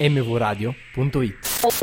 mvradio.it.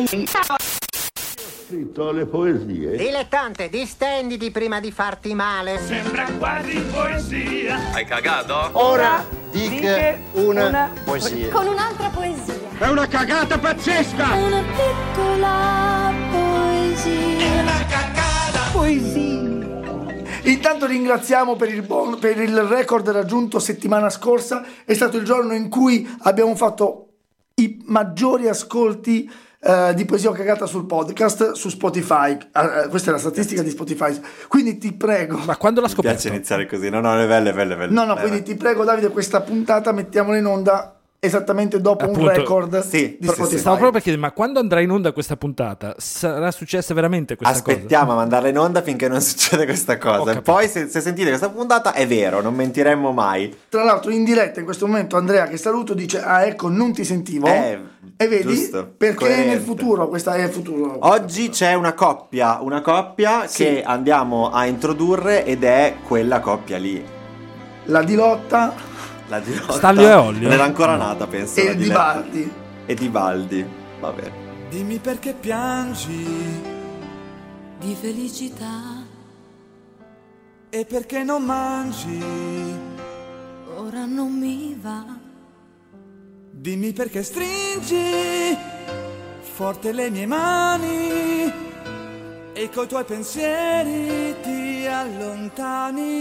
Scritto le poesie. Dilettante, distenditi prima di farti male. Sembra quasi poesia. Hai cagato? Ora dica una poesia. Con un'altra poesia. È una cagata pazzesca! Una piccola poesia. Una cagata. Intanto ringraziamo per il record raggiunto settimana scorsa. È stato il giorno in cui abbiamo fatto i maggiori ascolti di Poesia Cagata sul podcast su Spotify. Questa è la statistica di Spotify, quindi ti prego. Ma quando l'ha Mi scoperto? piace iniziare così. No, è bello. No, quindi ti prego Davide, questa puntata mettiamola in onda esattamente dopo un Appunto, record sì, di sì, Spotify. Stavo proprio per chiedere, ma quando andrà in onda questa puntata sarà successa veramente questa Aspettiamo a mandarla in onda finché non succede questa cosa. capito. Poi se sentite questa puntata è vero, non mentiremmo mai. Tra l'altro in diretta in questo momento Andrea, che saluto, dice ecco, non ti sentivo. E vedi, giusto, perché coerente. nel futuro, questa è il futuro. Oggi c'è una coppia Sì. che andiamo a introdurre ed è quella coppia lì. La Dilotta La Dilotta. Stanlio e Olli, Non era ancora nata, penso. e la il Diletta. Dibaldi. E di Baldi. Va bene. Dimmi perché piangi Di felicità. e perché non mangi. Ora non mi va. Dimmi perché stringi forte le mie mani e coi tuoi pensieri ti allontani.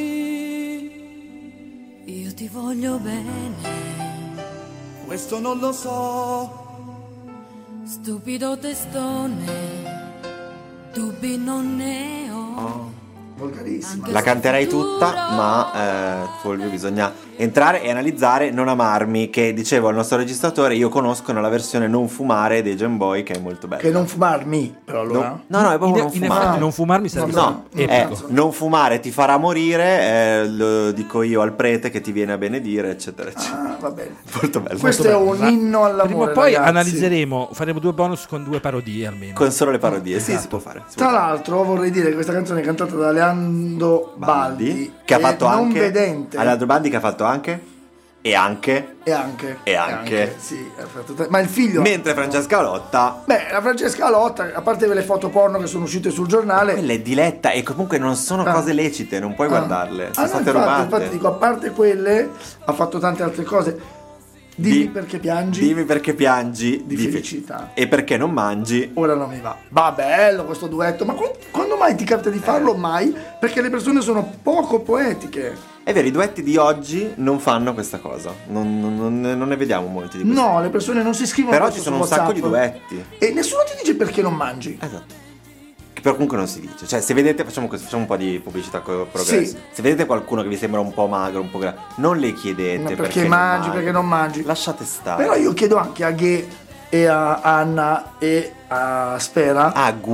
Io ti voglio bene. Questo non lo so. Stupido testone. Dubbi non ne ho. Volgarissima. Anche La se canterei il futuro- tutta, ma Fulvio, bisogna entrare e analizzare Non amarmi, che dicevo al nostro registratore, io conosco nella versione non fumare dei Game Boy, che è molto bella. Che non fumarmi, però allora. No, è proprio non in fumare. effetti non fumarmi sarebbe No, epico. non fumare ti farà morire, lo dico io al prete che ti viene a benedire, eccetera, eccetera. Va bene. Molto bello. Questo è un inno all'amore. Prima o poi ragazzi. analizzeremo, faremo 2 bonus con 2 parodie almeno. Con solo le parodie, sì, si può fare. si può Tra fare. l'altro vorrei dire che questa canzone è cantata da Leandro Baldi, che ha fatto non anche vedente. Leandro Baldi, che ha fatto anche e anche E anche. Sì, ha fatto ma il figlio. mentre Francesca Lotta, Beh, la Francesca Lotta, a parte le foto porno che sono uscite sul giornale. quella è diletta e comunque non sono cose lecite, non puoi guardarle, sono no, state infatti, rubate. dico, a parte quelle, ha fatto tante altre cose. Dimmi perché piangi. Dimmi perché piangi Di felicità. e perché non mangi. Ora non mi va. Va bello questo duetto, ma quando mai ti capita di farlo? Mai? Perché le persone sono poco poetiche. È vero, i duetti di oggi non fanno questa cosa, non ne vediamo molti di questi. No, le persone non si scrivono. Però questo ci sono su un sacco di WhatsApp. duetti. E nessuno ti dice perché non mangi. Esatto. Che però comunque non si dice. Cioè, se vedete, facciamo un po' di pubblicità progresso. Sì. Se vedete qualcuno che vi sembra un po' magro, un po' non le chiedete Ma perché mangi, non perché non mangi. Lasciate stare. Però io chiedo anche a Ghe e a Anna e a Spera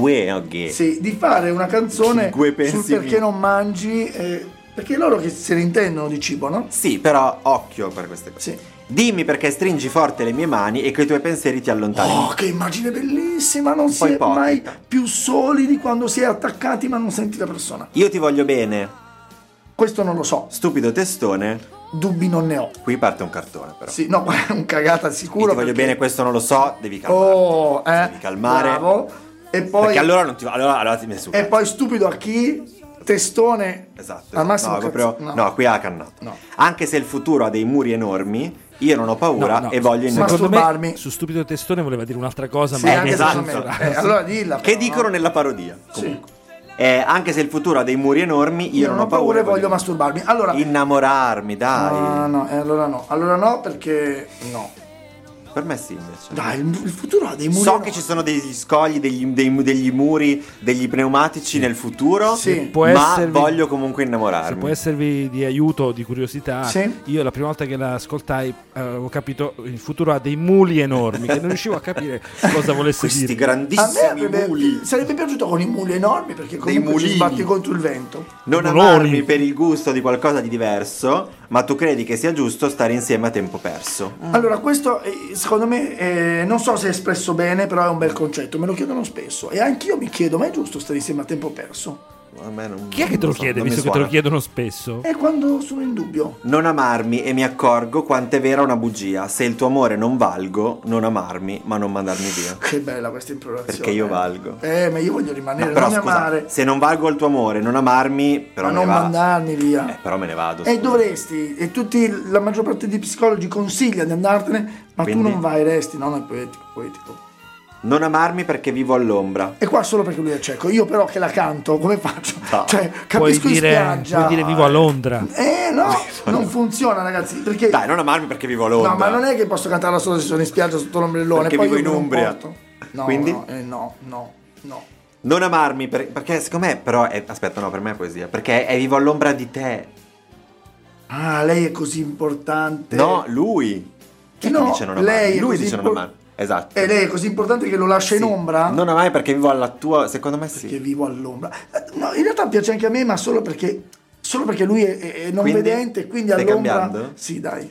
sì, di fare una canzone Gue pensi sul perché mi- non mangi, perché loro che se ne intendono di cibo, no? Sì, però occhio per queste cose. Sì. Dimmi perché stringi forte le mie mani e che i tuoi pensieri ti allontani. Oh, che immagine bellissima, non si po' è ipocrita. mai più soli di quando si è attaccati ma non senti la persona. Io ti voglio bene, Questo non lo so, stupido testone. dubbi non ne ho. Qui parte un cartone, però. Sì, no, è un cagata Io sicuro. ti voglio perché- bene, questo non lo so, devi calmare. Oh, Devi calmare. bravo. E poi, Perché allora non ti allora ti metti su. e poi stupido a chi? Testone. Esatto. Al massimo no, proprio, cazzo- no, qui ha cannato. No. Anche se il futuro ha dei muri enormi, io non ho paura No, e voglio secondo Masturbarmi. me su stupido testone voleva dire un'altra cosa, Sì, ma anche esatto. secondo me. Allora dilla. Che però, dicono no? nella parodia. Sì. Comunque. Anche se il futuro ha dei muri enormi, io non ho paura e voglio masturbarmi. Allora, innamorarmi, dai. no, allora no, perché no. Per me sì, invece. Dai, il futuro ha dei muri. So che ci sono degli scogli, degli muri, degli pneumatici nel futuro, Sì. Può ma esservi- voglio comunque se innamorarmi. può esservi di aiuto o di curiosità, Sì. io la prima volta che la ascoltai avevo capito il futuro ha dei muli enormi che non riuscivo a capire cosa volesse Questi dire. A me grandissimi muli. sarebbe piaciuto con i muli enormi perché comunque ci mulini. sbatti contro il vento. Non Muloni. amarmi per il gusto di qualcosa di diverso, ma tu credi che sia giusto stare insieme a tempo perso. Allora, questo secondo me non so se è espresso bene, però è un bel concetto, me lo chiedono spesso e anch'io mi chiedo, ma è giusto stare insieme a tempo perso? a me non, Chi è che te lo chiede, visto che te lo chiedono spesso? È quando sono in dubbio. Non amarmi e mi accorgo quanto è vera una bugia. Se il tuo amore non valgo, non amarmi, ma non mandarmi via. Che bella questa implorazione. Perché io valgo. Ma io voglio rimanere, Però non mi scusa, amare. se non valgo il tuo amore, non amarmi, però Ma me non ne vado. mandarmi via. Però me ne vado. E dovresti, e la maggior parte dei psicologi consiglia di andartene, ma Quindi? tu non vai, resti, no, è poetico. Non amarmi perché vivo all'ombra. E qua solo perché lui è cieco. Io però che la canto, come faccio? No. Cioè, capisco in spiaggia. Puoi dire vivo a Londra. No, non funziona, ragazzi. Perché Dai, non amarmi perché vivo a Londra. no, ma non è che posso cantarla solo se sono in spiaggia sotto l'ombrellone. Perché poi vivo io in non Umbria. porto. No, Quindi? no. Non amarmi perché secondo me però aspetta, no, per me è poesia. Perché è vivo all'ombra di te. Ah, lei è così importante. No, lui. Chi No, dice non amarmi? lei è Lui così dice non amarmi. Esatto. E lei è così importante che lo lascia in ombra? Non amarmi perché vivo alla tua. Secondo me sì. Perché vivo all'ombra. No, in realtà piace anche a me, ma solo perché lui è non Quindi? vedente, quindi Stai all'ombra. cambiando? Sì, dai.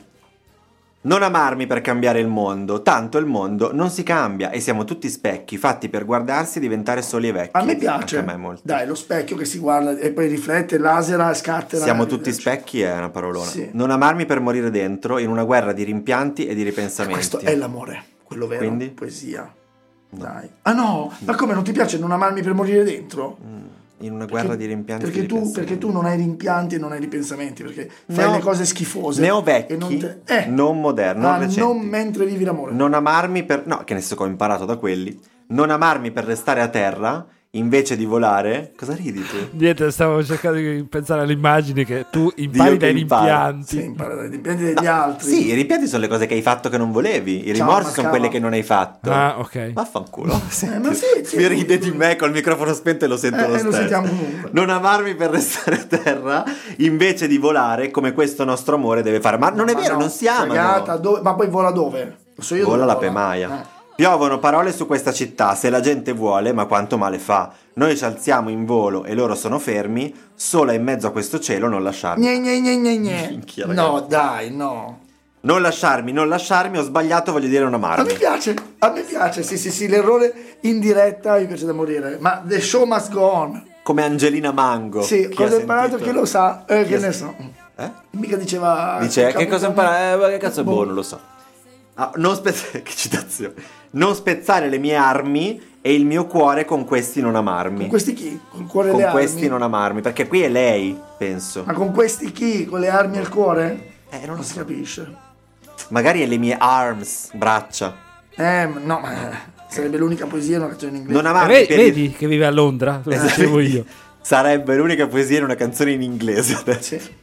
Non amarmi per cambiare il mondo, tanto il mondo non si cambia e siamo tutti specchi fatti per guardarsi e diventare soli e vecchi. A me piace. Anche a me molto. Dai, lo specchio che si guarda e poi riflette, lasera, scattera. Siamo tutti specchi è una parolona. Sì. Non amarmi per morire dentro in una guerra di rimpianti e di ripensamenti. Questo è l'amore, quello vero. Quindi? Poesia. Dai. Ah no, ma come non ti piace non amarmi per morire dentro? In una guerra di rimpianti e di ripensamenti. Perché tu non hai rimpianti e non hai ripensamenti, perché fai le cose schifose. Ne ho vecchi, e non moderni, non recenti. non mentre vivi l'amore. Non amarmi per... No, che ne so che ho imparato da quelli. Non amarmi per restare a terra invece di volare. Cosa ridi tu? Niente, stavo cercando di pensare alle immagini che tu impari Dio dai che impara. rimpianti. Sì, impara dai rimpianti degli altri. Sì, i rimpianti sono le cose che hai fatto che non volevi. I Ciao, rimorsi sono Maccava. quelle che non hai fatto. Ah, ok. Vaffanculo. ma sì, Mi ride di me col microfono spento e lo sento lo lo stesso. sentiamo comunque. Non amarmi per restare a terra invece di volare come questo nostro amore deve fare. Ma non è vero, no, non si amano. cagata, ma poi vola dove? Lo so io Vola dove la pemaia. Piovono parole su questa città, se la gente vuole, ma quanto male fa. Noi ci alziamo in volo e loro sono fermi, sola in mezzo a questo cielo non lasciarmi. Gne. Minchia, ragazzi. No, dai, no. Non lasciarmi, ho sbagliato, voglio dire non A amarmi. me piace, sì, l'errore in diretta mi piace da morire, ma the show must go on. Come Angelina Mango. Sì, Chi cosa ha hai imparato? sentito? Chi lo sa? Che Chi ha- ne so. Mica diceva... Dice, che cosa impara? Che cazzo è Boh. buono, lo so. Ah, che citazione. Non spezzare le mie armi e il mio cuore con questi non amarmi. Con questi chi? Col cuore e Con le questi armi? non amarmi, perché qui è lei, penso. Ma con questi chi? Con le armi e il cuore? Non lo si so. capisce. Magari è le mie arms, braccia. No, ma sarebbe l'unica poesia in una canzone in inglese. Non amarmi per Vedi che vive a Londra? Te lo dicevo io. Sarebbe l'unica poesia in una canzone in inglese adesso. Sì.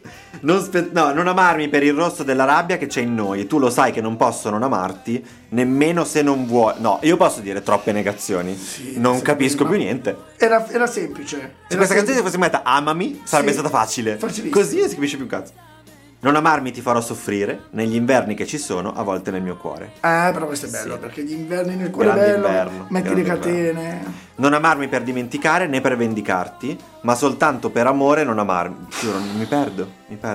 Non amarmi per il rosso della rabbia che c'è in noi. Tu lo sai che non posso non amarti, nemmeno se non vuoi. No, io posso dire troppe negazioni. Non capisco più niente. Era semplice. Se questa canzone fosse metta amami, sarebbe Sì. stata facile. Facilissimo. Così non si capisce più un cazzo. Non amarmi ti farò soffrire negli inverni che ci sono, a volte nel mio cuore. Però questo è bello, Sì. perché gli inverni nel cuore è Grande bello, inverno, metti grande le catene. Non amarmi per dimenticare né per vendicarti, ma soltanto per amore non amarmi. Giuro, mi perdo.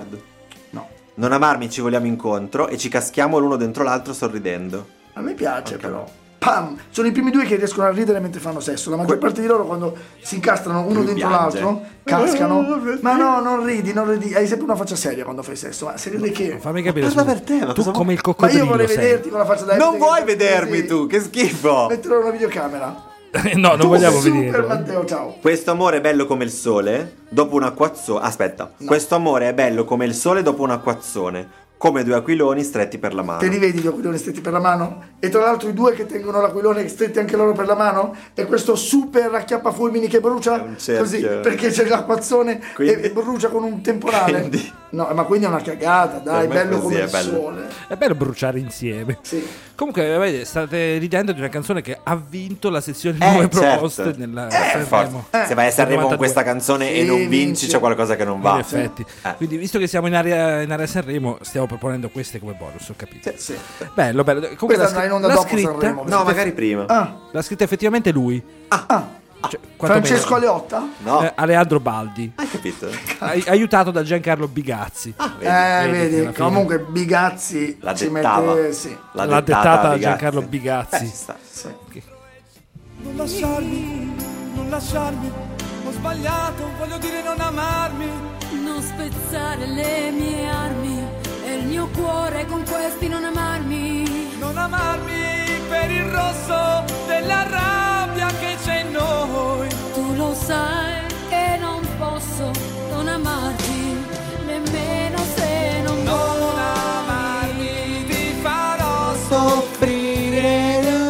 No, Non amarmi ci vogliamo incontro e ci caschiamo l'uno dentro l'altro sorridendo. a me piace però. Pam! Sono i primi due che riescono a ridere mentre fanno sesso. La maggior parte di loro quando si incastrano uno Lui dentro piange. l'altro, cascano. Ma no, non ridi. Hai sempre una faccia seria quando fai sesso. Ma se ridi che? Fammi capire. Parla scusa. per te, ma tu cosa come il Ma io coccodrillo vorrei sei. vederti con la faccia da Non Epstein vuoi che- vedermi sì. tu, che schifo! Metterò una videocamera. No, non vogliamo Super vedere. Matteo, ciao. Questo amore è bello come il sole dopo un acquazzone. Aspetta, questo amore è bello come il sole dopo un acquazzone, come due aquiloni stretti per la mano. Te li vedi gli aquiloni stretti per la mano? E tra l'altro i due che tengono l'aquilone stretti anche loro per la mano? E questo super acchiappafulmini che brucia? È un cerchio. Così, perché c'è l'acquazzone Quindi- e brucia con un temporale. Quindi- No, ma quindi è una cagata, dai, Per me bello così come è il bello. sole. È bello bruciare insieme. Sì. Comunque, vedete, state ridendo di una canzone che ha vinto la sezione nuove proposte certo. nella Forza. Sanremo. Se vai a Sanremo con 92. questa canzone e Sì, non vinci, vinci. c'è qualcosa che non va. In effetti. Quindi, visto che siamo in area Sanremo, stiamo proponendo queste come bonus, ho capito. Sì. Bello. Comunque Questa l'ha andrà in onda l'ha dopo scritta, Sanremo. No, magari prima. l'ha scritta effettivamente lui. Cioè, Francesco quantomeno, Aleotta? No, Alejandro Baldi, hai capito? aiutato da Giancarlo Bigazzi. Vedi? vedi che Vedi, alla fine- comunque Bigazzi La ci dettava. mette... Sì. L'ha dettata Bigazzi. Giancarlo Bigazzi. Ci sta. Sì. Non lasciarmi, Ho sbagliato, voglio dire non amarmi. Non spezzare le mie armi e il mio cuore con questi non amarmi. Non amarmi per il rosso della rabbia che c'è in noi. Tu lo sai che non posso non amarti, nemmeno se non vuoi. Amarmi ti farò soffrire.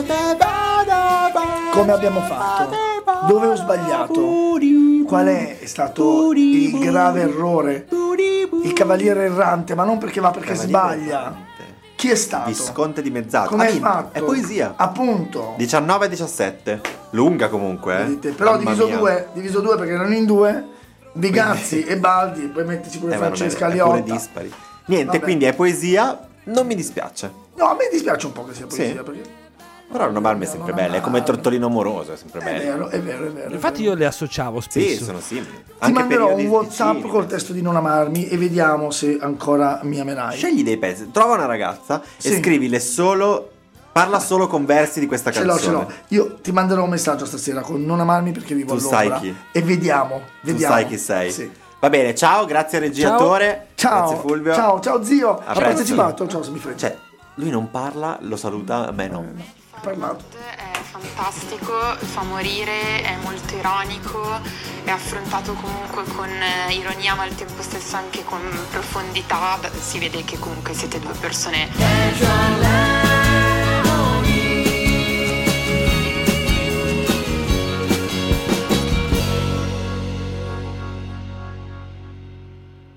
Come abbiamo fatto? Dove ho sbagliato? Qual è stato il grave errore? Il cavaliere errante, ma non perché va, perché sbaglia. Chi è stato? Visconte dimezzato. Come hai fatto? È poesia. Appunto. 19 e 17. Lunga comunque, Vedete? Però Mamma diviso due perché erano in due. Bigazzi e Baldi, e poi mettici pure Francesca è pure Liotta. dispari. Niente, Vabbè. quindi è poesia, non mi dispiace. No, a me dispiace un po' che sia poesia, Sì. perché Però non amarmi è sempre bella, è come il trottolino amoroso, è sempre è bello. vero, è vero. Infatti io le associavo Sì, spesso. sono simili. Ti manderò un periodi WhatsApp vicini. col testo di non amarmi e vediamo se ancora mi amerai. Scegli dei pezzi, trova una ragazza Sì. e scrivile solo. Parla solo con versi di questa Ce canzone. l'ho. Io ti manderò un messaggio stasera con non amarmi perché vivo Tu all'ombra. sai chi. E vediamo. Tu sai chi sei. Sì. Va bene, ciao, grazie regiatore. Ciao. Grazie Fulvio. Ciao zio. Ha presto. partecipato. Ciao, se mi frega. Cioè, lui non parla, lo saluta, a me no. Ha parlato. È fantastico, fa morire, è molto ironico, è affrontato comunque con ironia ma al tempo stesso anche con profondità. Si vede che comunque siete due persone